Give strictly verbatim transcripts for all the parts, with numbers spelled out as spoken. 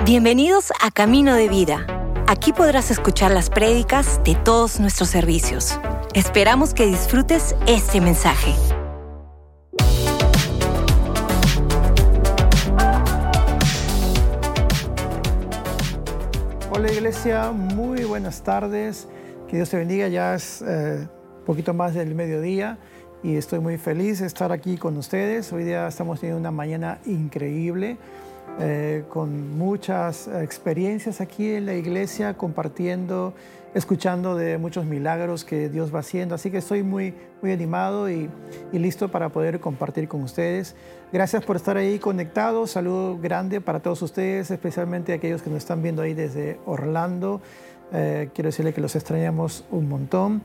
Bienvenidos a Camino de Vida. Aquí podrás escuchar las prédicas de todos nuestros servicios. Esperamos que disfrutes este mensaje. Hola iglesia, muy buenas tardes. Que Dios te bendiga. Ya es eh, un poquito más del mediodía y estoy muy feliz de estar aquí con ustedes. Hoy día estamos teniendo una mañana increíble. Eh, con muchas experiencias aquí en la iglesia, compartiendo, escuchando de muchos milagros que Dios va haciendo. Así que estoy muy, muy animado y, y listo para poder compartir con ustedes. Gracias por estar ahí conectados. Saludo grande para todos ustedes, especialmente aquellos que nos están viendo ahí desde Orlando. Eh, quiero decirle que los extrañamos un montón.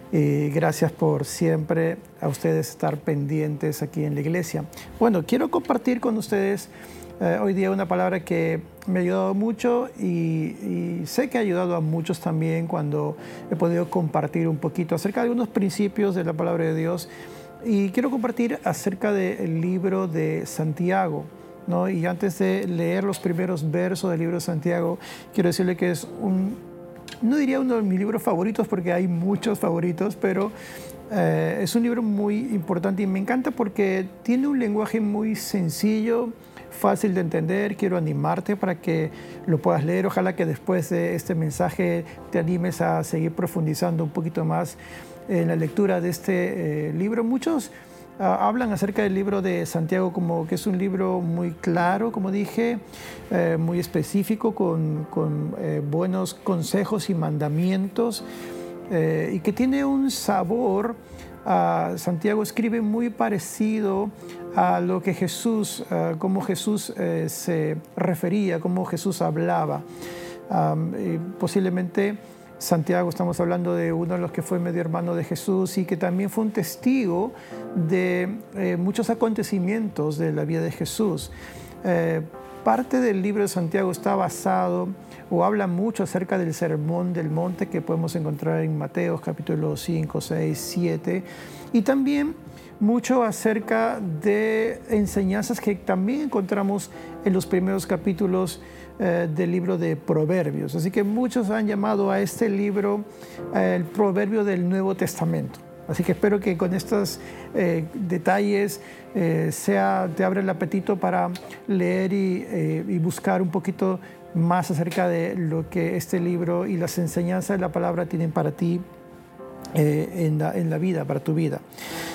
Y gracias por siempre a ustedes estar pendientes aquí en la iglesia. Bueno, quiero compartir con ustedes Eh, hoy día una palabra que me ha ayudado mucho y, y sé que ha ayudado a muchos también cuando he podido compartir un poquito acerca de algunos principios de la palabra de Dios. Y quiero compartir acerca del libro de Santiago, ¿no? Y antes de leer los primeros versos del libro de Santiago, quiero decirle que es un, no diría uno de mis libros favoritos porque hay muchos favoritos, pero eh, es un libro muy importante y me encanta porque tiene un lenguaje muy sencillo, fácil de entender. Quiero animarte para que lo puedas leer. Ojalá que después de este mensaje te animes a seguir profundizando un poquito más en la lectura de este eh, libro. Muchos uh, hablan acerca del libro de Santiago como que es un libro muy claro, como dije, eh, muy específico, con, con eh, buenos consejos y mandamientos, eh, y que tiene un sabor. Uh, Santiago escribe muy parecido a lo que Jesús, uh, cómo Jesús uh, se refería, cómo Jesús hablaba. Um, posiblemente Santiago, estamos hablando de uno de los que fue medio hermano de Jesús y que también fue un testigo de eh, muchos acontecimientos de la vida de Jesús. Eh, parte del libro de Santiago está basado o habla mucho acerca del Sermón del Monte que podemos encontrar en Mateo capítulo cinco, seis, siete, y también mucho acerca de enseñanzas que también encontramos en los primeros capítulos eh, del libro de Proverbios. Así que muchos han llamado a este libro eh, el Proverbio del Nuevo Testamento. Así que espero que con estos eh, detalles eh, sea, te abra el apetito para leer y, eh, y buscar un poquito más acerca de lo que este libro y las enseñanzas de la palabra tienen para ti eh, en, la, en la vida, para tu vida.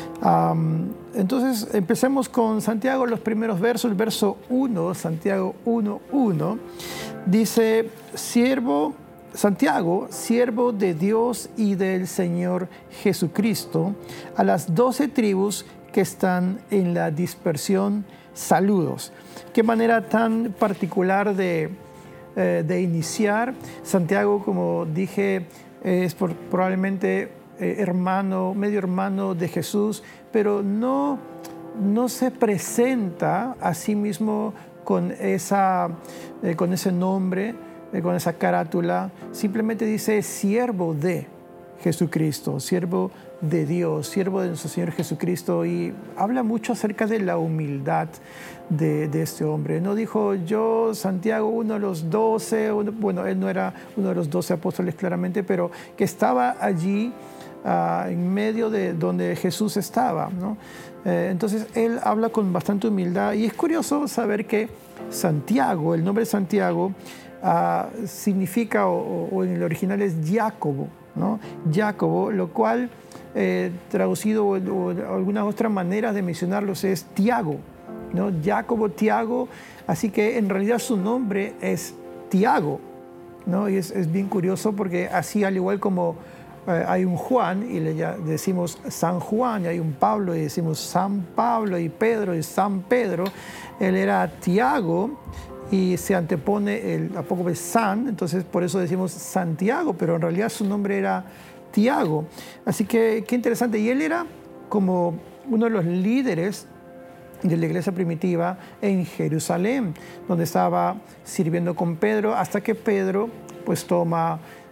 Um, entonces empecemos con Santiago, los primeros versos. El verso uno, Santiago uno, uno, dice: siervo, Santiago, siervo de Dios y del Señor Jesucristo, a las doce tribus que están en la dispersión, saludos. Qué manera tan particular de, eh, de iniciar. Santiago, como dije, es por, probablemente eh, hermano, medio hermano de Jesús, pero no, no se presenta a sí mismo con, esa, eh, con ese nombre, con esa carátula. Simplemente dice siervo de Jesucristo, siervo de Dios, siervo de nuestro Señor Jesucristo, y habla mucho acerca de la humildad de, de este hombre. No dijo yo, Santiago, uno de los doce, uno, bueno, él no era uno de los doce apóstoles claramente, pero que estaba allí uh, en medio de donde Jesús estaba, ¿no? Eh, entonces él habla con bastante humildad, y es curioso saber que Santiago, el nombre Santiago, Uh, significa, o, o en el original es Jacobo, ¿no? Jacobo, lo cual eh, traducido o, o algunas otras maneras de mencionarlos es Tiago, ¿no? Jacobo, Tiago, así que en realidad su nombre es Tiago, ¿no? Y es, es bien curioso porque así, al igual como eh, hay un Juan y le decimos San Juan, y hay un Pablo y decimos San Pablo, y Pedro y San Pedro, él era Tiago y se antepone el apócope San, entonces por eso decimos Santiago, pero en realidad su nombre era Tiago. Así que qué interesante. Y él era como uno de los líderes de la iglesia primitiva en Jerusalén, donde estaba sirviendo con Pedro, hasta que Pedro pues toma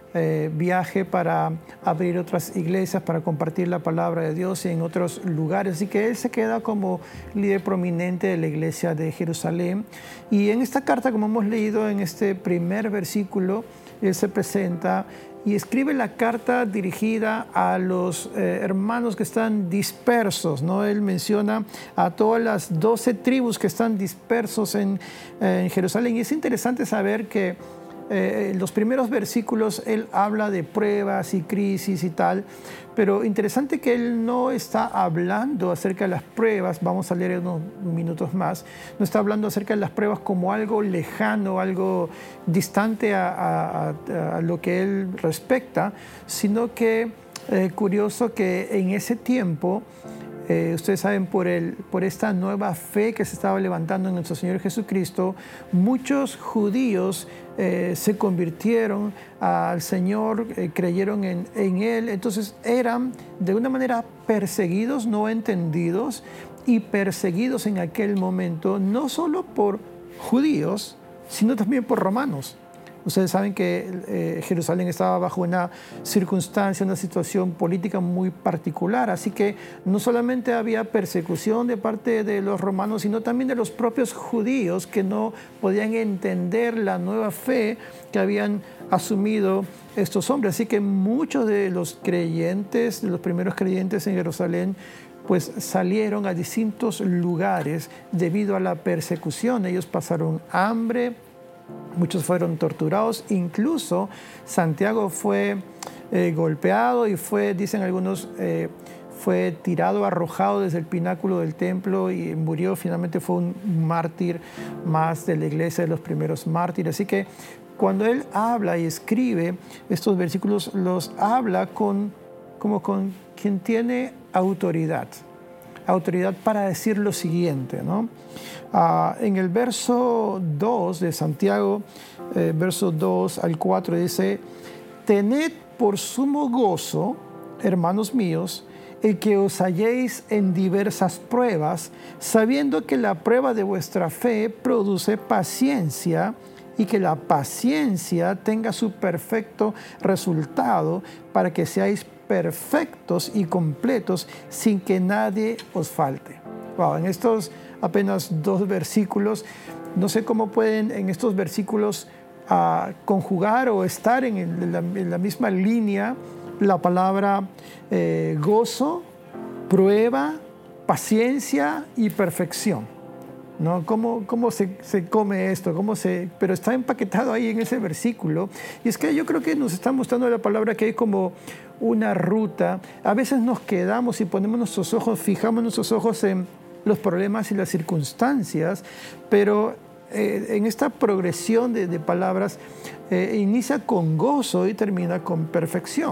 eh, viaje para abrir otras iglesias, para compartir la palabra de Dios en otros lugares. Así que él se queda como líder prominente de la iglesia de Jerusalén. Y en esta carta, como hemos leído en este primer versículo, él se presenta y escribe la carta dirigida a los eh, hermanos que están dispersos, ¿no? Él menciona a todas las doce tribus que están dispersos en, eh, en Jerusalén. Y es interesante saber que eh, en los primeros versículos él habla de pruebas y crisis y tal, pero interesante que él no está hablando acerca de las pruebas, vamos a leer en unos minutos más, no está hablando acerca de las pruebas como algo lejano, algo distante a, a, a lo que él respecta, sino que eh, curioso que en ese tiempo, Eh, ustedes saben, por, el, por esta nueva fe que se estaba levantando en nuestro Señor Jesucristo, muchos judíos eh, se convirtieron al Señor, eh, creyeron en, en Él. Entonces eran de una manera perseguidos, no entendidos, y perseguidos en aquel momento, no solo por judíos, sino también por romanos. Ustedes saben que eh, Jerusalén estaba bajo una circunstancia, una situación política muy particular, así que no solamente había persecución de parte de los romanos, sino también de los propios judíos que no podían entender la nueva fe que habían asumido estos hombres. Así que muchos de los creyentes, de los primeros creyentes en Jerusalén, pues salieron a distintos lugares debido a la persecución. Ellos pasaron hambre, muchos fueron torturados, incluso Santiago fue eh, golpeado y fue, dicen algunos, eh, fue tirado, arrojado desde el pináculo del templo y murió. Finalmente fue un mártir más de la iglesia, de los primeros mártires. Así que cuando él habla y escribe estos versículos, los habla con, como con quien tiene autoridad. autoridad para decir lo siguiente, ¿no? Uh, en el verso dos de Santiago, eh, verso dos al cuatro, dice: tened por sumo gozo, hermanos míos, el que os halléis en diversas pruebas, sabiendo que la prueba de vuestra fe produce paciencia, y que la paciencia tenga su perfecto resultado, para que seáis perfectos y completos sin que nadie os falte. Wow, en estos apenas dos versículos, no sé cómo pueden en estos versículos uh, conjugar o estar en, el, en, la, en la misma línea la palabra eh, gozo, prueba, paciencia y perfección, ¿no? ¿Cómo, cómo se, se come esto? ¿Cómo se, pero está empaquetado ahí en ese versículo. Y es que yo creo que nos está mostrando la palabra que hay como una ruta. A veces nos quedamos y ponemos nuestros ojos, fijamos nuestros ojos en los problemas y las circunstancias, pero eh, en esta progresión de, de palabras eh, inicia con gozo y termina con perfección.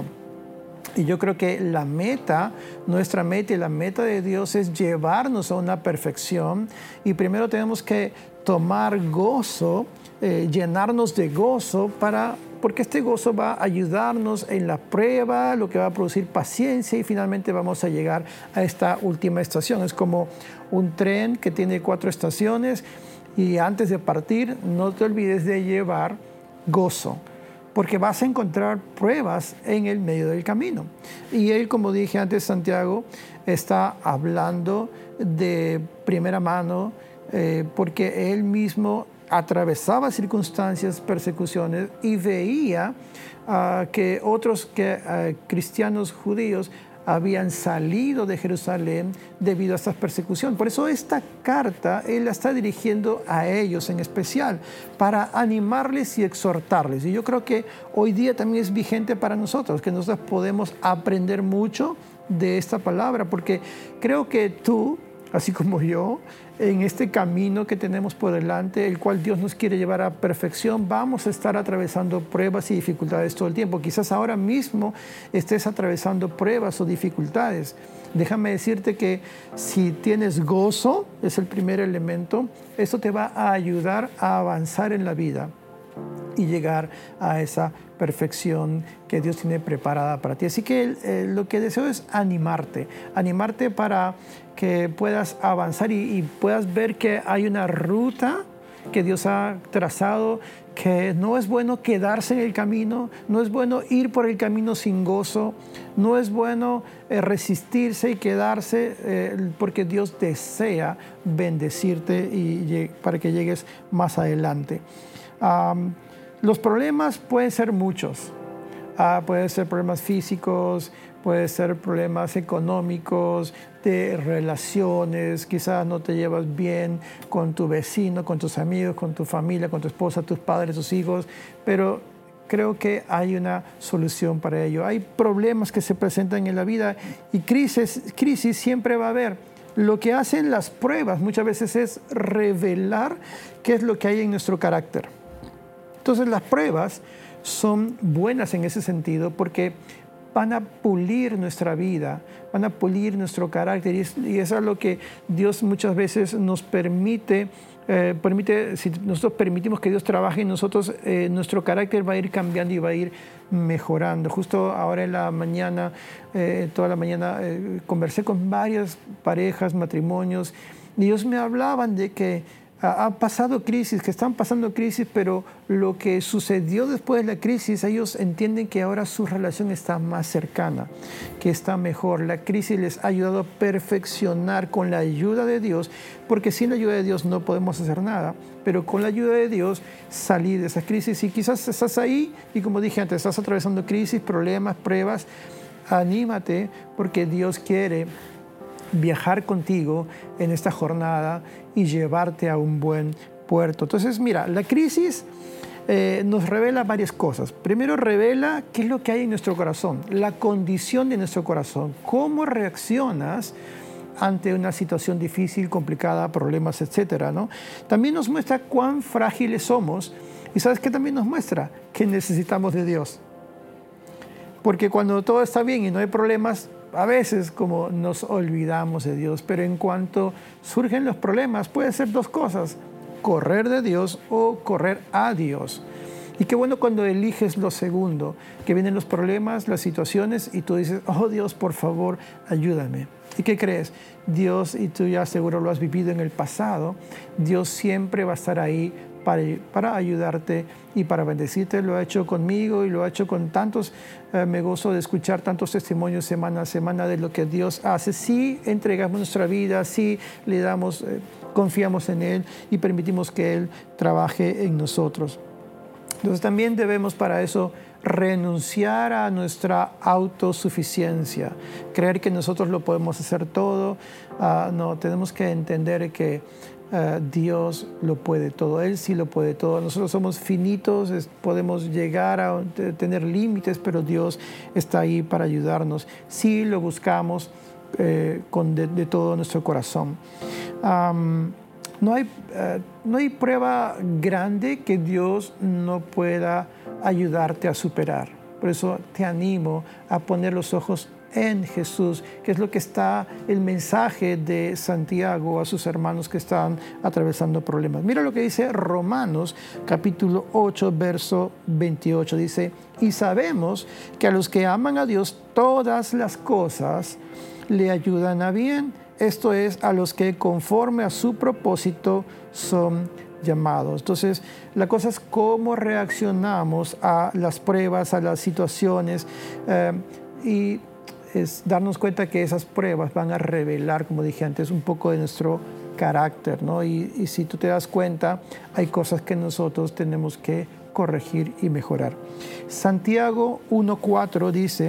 Y yo creo que la meta, nuestra meta y la meta de Dios es llevarnos a una perfección. Y primero tenemos que tomar gozo, eh, llenarnos de gozo, para, porque este gozo va a ayudarnos en la prueba, lo que va a producir paciencia, y finalmente vamos a llegar a esta última estación. Es como un tren que tiene cuatro estaciones, y antes de partir no te olvides de llevar gozo, porque vas a encontrar pruebas en el medio del camino. Y él, como dije antes, Santiago, está hablando de primera mano, eh, porque él mismo atravesaba circunstancias, persecuciones, y veía uh, que otros que, uh, cristianos judíos habían salido de Jerusalén debido a esta persecución. Por eso esta carta él la está dirigiendo a ellos en especial, para animarles y exhortarles. Y yo creo que hoy día también es vigente para nosotros, que nosotros podemos aprender mucho de esta palabra, porque creo que tú, así como yo, en este camino que tenemos por delante, el cual Dios nos quiere llevar a perfección, vamos a estar atravesando pruebas y dificultades todo el tiempo. Quizás ahora mismo estés atravesando pruebas o dificultades. Déjame decirte que si tienes gozo, es el primer elemento, eso te va a ayudar a avanzar en la vida y llegar a esa perfección que Dios tiene preparada para ti. Así que eh, lo que deseo es animarte, animarte para que puedas avanzar y, y puedas ver que hay una ruta que Dios ha trazado, que no es bueno quedarse en el camino, no es bueno ir por el camino sin gozo, no es bueno eh, resistirse y quedarse eh, porque Dios desea bendecirte y para que llegues más adelante. Um, los problemas pueden ser muchos, uh, pueden ser problemas físicos, pueden ser problemas económicos, de relaciones, quizás no te llevas bien con tu vecino, con tus amigos, con tu familia, con tu esposa, tus padres, tus hijos, pero creo que hay una solución para ello. Hay problemas que se presentan en la vida y crisis, crisis siempre va a haber. Lo que hacen las pruebas muchas veces es revelar qué es lo que hay en nuestro carácter. Entonces las pruebas son buenas en ese sentido porque van a pulir nuestra vida, van a pulir nuestro carácter y, es, y eso es lo que Dios muchas veces nos permite, eh, permite, si nosotros permitimos que Dios trabaje en nosotros, eh, nuestro carácter va a ir cambiando y va a ir mejorando. Justo ahora en la mañana, eh, toda la mañana, eh, conversé con varias parejas, matrimonios, y ellos me hablaban de que han pasado crisis, que están pasando crisis, pero lo que sucedió después de la crisis, ellos entienden que ahora su relación está más cercana, que está mejor. La crisis les ha ayudado a perfeccionar con la ayuda de Dios, porque sin la ayuda de Dios no podemos hacer nada, pero con la ayuda de Dios salir de esa crisis. Y quizás estás ahí y como dije antes, estás atravesando crisis, problemas, pruebas. Anímate porque Dios quiere viajar contigo en esta jornada y llevarte a un buen puerto. Entonces, mira, la crisis eh, nos revela varias cosas. Primero, revela qué es lo que hay en nuestro corazón, la condición de nuestro corazón, cómo reaccionas ante una situación difícil, complicada, problemas, etcétera, ¿no? También nos muestra cuán frágiles somos y ¿sabes qué también nos muestra? Que necesitamos de Dios. Porque cuando todo está bien y no hay problemas, a veces como nos olvidamos de Dios, pero en cuanto surgen los problemas, puede ser dos cosas, correr de Dios o correr a Dios. Y qué bueno cuando eliges lo segundo, que vienen los problemas, las situaciones y tú dices, oh Dios, por favor, ayúdame. ¿Y qué crees? Dios, y tú ya seguro lo has vivido en el pasado, Dios siempre va a estar ahí para, para ayudarte y para bendecirte. Lo ha hecho conmigo y lo ha hecho con tantos. Eh, me gozo de escuchar tantos testimonios semana a semana de lo que Dios hace. Si entregamos nuestra vida, si le damos, eh, confiamos en Él y permitimos que Él trabaje en nosotros. Entonces también debemos para eso renunciar a nuestra autosuficiencia, creer que nosotros lo podemos hacer todo. Uh, no, tenemos que entender que uh, Dios lo puede todo, Él sí lo puede todo. Nosotros somos finitos, es, podemos llegar a tener límites, pero Dios está ahí para ayudarnos si lo buscamos eh, con de, de todo nuestro corazón. Um, No hay, uh, no hay prueba grande que Dios no pueda ayudarte a superar. Por eso te animo a poner los ojos en Jesús, que es lo que está el mensaje de Santiago a sus hermanos que están atravesando problemas. Mira lo que dice Romanos capítulo ocho, verso veintiocho. Dice, y sabemos que a los que aman a Dios todas las cosas le ayudan a bien. Esto es, a los que conforme a su propósito son llamados. Entonces, la cosa es cómo reaccionamos a las pruebas, a las situaciones, eh, y es darnos cuenta que esas pruebas van a revelar, como dije antes, un poco de nuestro carácter, ¿no? Y, y si tú te das cuenta, hay cosas que nosotros tenemos que corregir y mejorar. Santiago uno cuatro dice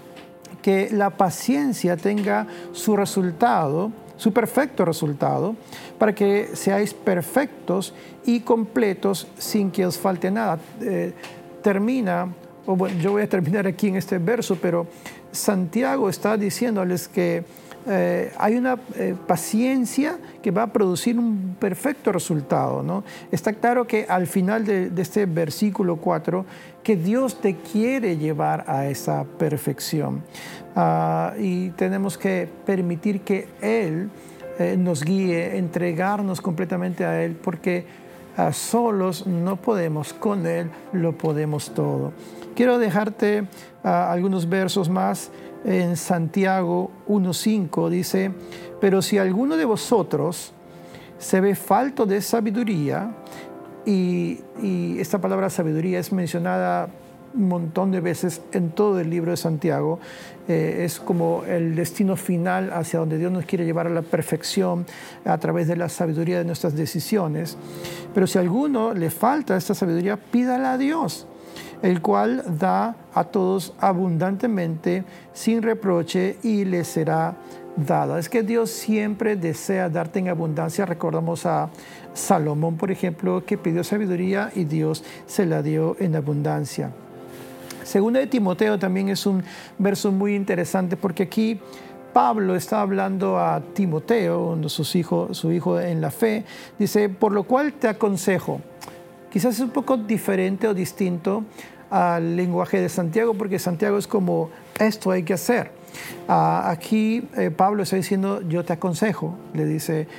que la paciencia tenga su resultado, su perfecto resultado, para que seáis perfectos y completos sin que os falte nada. Eh, termina, o bueno, yo voy a terminar aquí en este verso, pero Santiago está diciéndoles que eh, hay una eh, paciencia que va a producir un perfecto resultado, ¿no? Está claro que al final de, de este versículo cuatro, que Dios te quiere llevar a esa perfección. Uh, y tenemos que permitir que Él eh, nos guíe, entregarnos completamente a Él, porque uh, solos no podemos, con Él lo podemos todo. Quiero dejarte uh, algunos versos más. En Santiago uno cinco dice, pero si alguno de vosotros se ve falto de sabiduría, y, y esta palabra sabiduría es mencionada un montón de veces en todo el libro de Santiago. Eh, es como el destino final hacia donde Dios nos quiere llevar a la perfección a través de la sabiduría de nuestras decisiones. Pero si a alguno le falta esta sabiduría, pídala a Dios, el cual da a todos abundantemente, sin reproche, y le será dada. Es que Dios siempre desea darte en abundancia. Recordamos a Salomón, por ejemplo, que pidió sabiduría y Dios se la dio en abundancia. Segunda de Timoteo también es un verso muy interesante, porque aquí Pablo está hablando a Timoteo, sus hijos, su hijo en la fe. Dice, por lo cual te aconsejo. Quizás es un poco diferente o distinto al lenguaje de Santiago, porque Santiago es como, esto hay que hacer. Uh, aquí eh, Pablo está diciendo, yo te aconsejo, le dice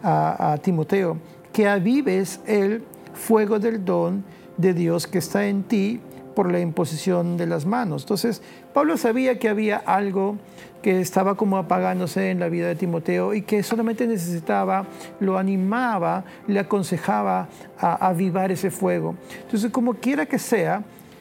a, a Timoteo, que avives el fuego del don de Dios que está en ti por la imposición de las manos. Entonces, Pablo sabía que había algo que estaba como apagándose en la vida de Timoteo y que solamente necesitaba, lo animaba, le aconsejaba a, a avivar ese fuego. Entonces, como quiera que sea,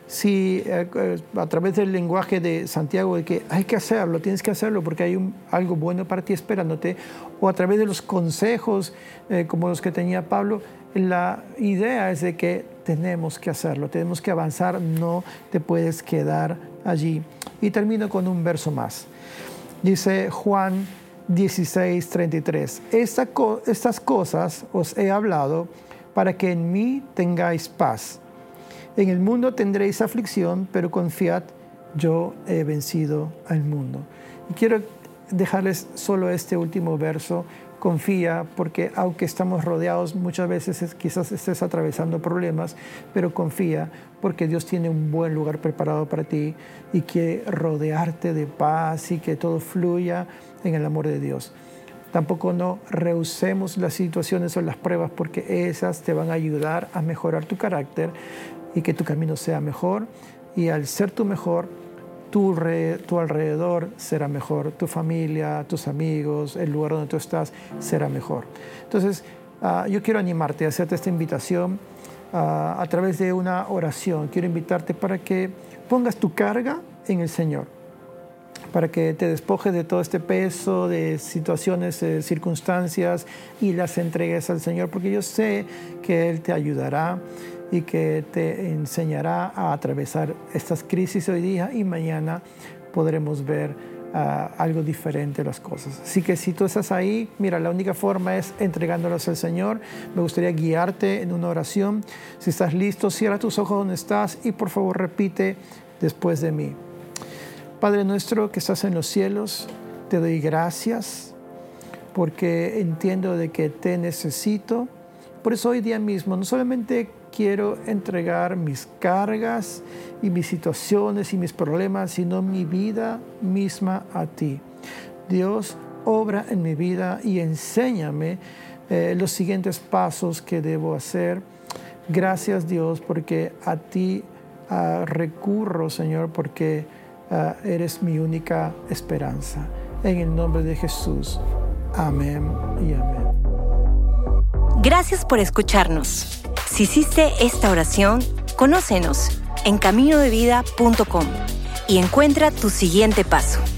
si eh, a través del lenguaje de Santiago de que hay que hacerlo, tienes que hacerlo porque hay un, algo bueno para ti esperándote, o a través de los consejos eh, como los que tenía Pablo, la idea es de que tenemos que hacerlo, tenemos que avanzar, no te puedes quedar allí. Y termino con un verso más. Dice Juan dieciséis, treinta y tres, Esta co- estas cosas os he hablado para que en mí tengáis paz. En el mundo tendréis aflicción, pero confiad, yo he vencido al mundo. Y quiero dejarles solo este último verso. Confía, porque aunque estamos rodeados, muchas veces quizás estés atravesando problemas, pero confía, porque Dios tiene un buen lugar preparado para ti y quiere rodearte de paz y que todo fluya en el amor de Dios. Tampoco no rehusemos las situaciones o las pruebas, porque esas te van a ayudar a mejorar tu carácter y que tu camino sea mejor, y al ser tú mejor, Tu, re, tu alrededor será mejor, tu familia, tus amigos, el lugar donde tú estás será mejor. Entonces, uh, yo quiero animarte a hacerte esta invitación uh, a través de una oración. Quiero invitarte para que pongas tu carga en el Señor, para que te despojes de todo este peso de situaciones, de circunstancias, y las entregues al Señor, porque yo sé que Él te ayudará y que te enseñará a atravesar estas crisis hoy día, y mañana podremos ver uh, algo diferente de las cosas. Así que si tú estás ahí, mira, la única forma es entregándolos al Señor. Me gustaría guiarte en una oración. Si estás listo, cierra tus ojos donde estás y por favor repite después de mí. Padre nuestro que estás en los cielos, te doy gracias porque entiendo de que te necesito. Por eso hoy día mismo no solamente quiero entregar mis cargas y mis situaciones y mis problemas, sino mi vida misma a ti. Dios, obra en mi vida y enséñame eh, los siguientes pasos que debo hacer. Gracias, Dios, porque a ti uh, recurro, Señor, porque uh, eres mi única esperanza. En el nombre de Jesús. Amén y amén. Gracias por escucharnos. Si hiciste esta oración, conócenos en camino de vida punto com y encuentra tu siguiente paso.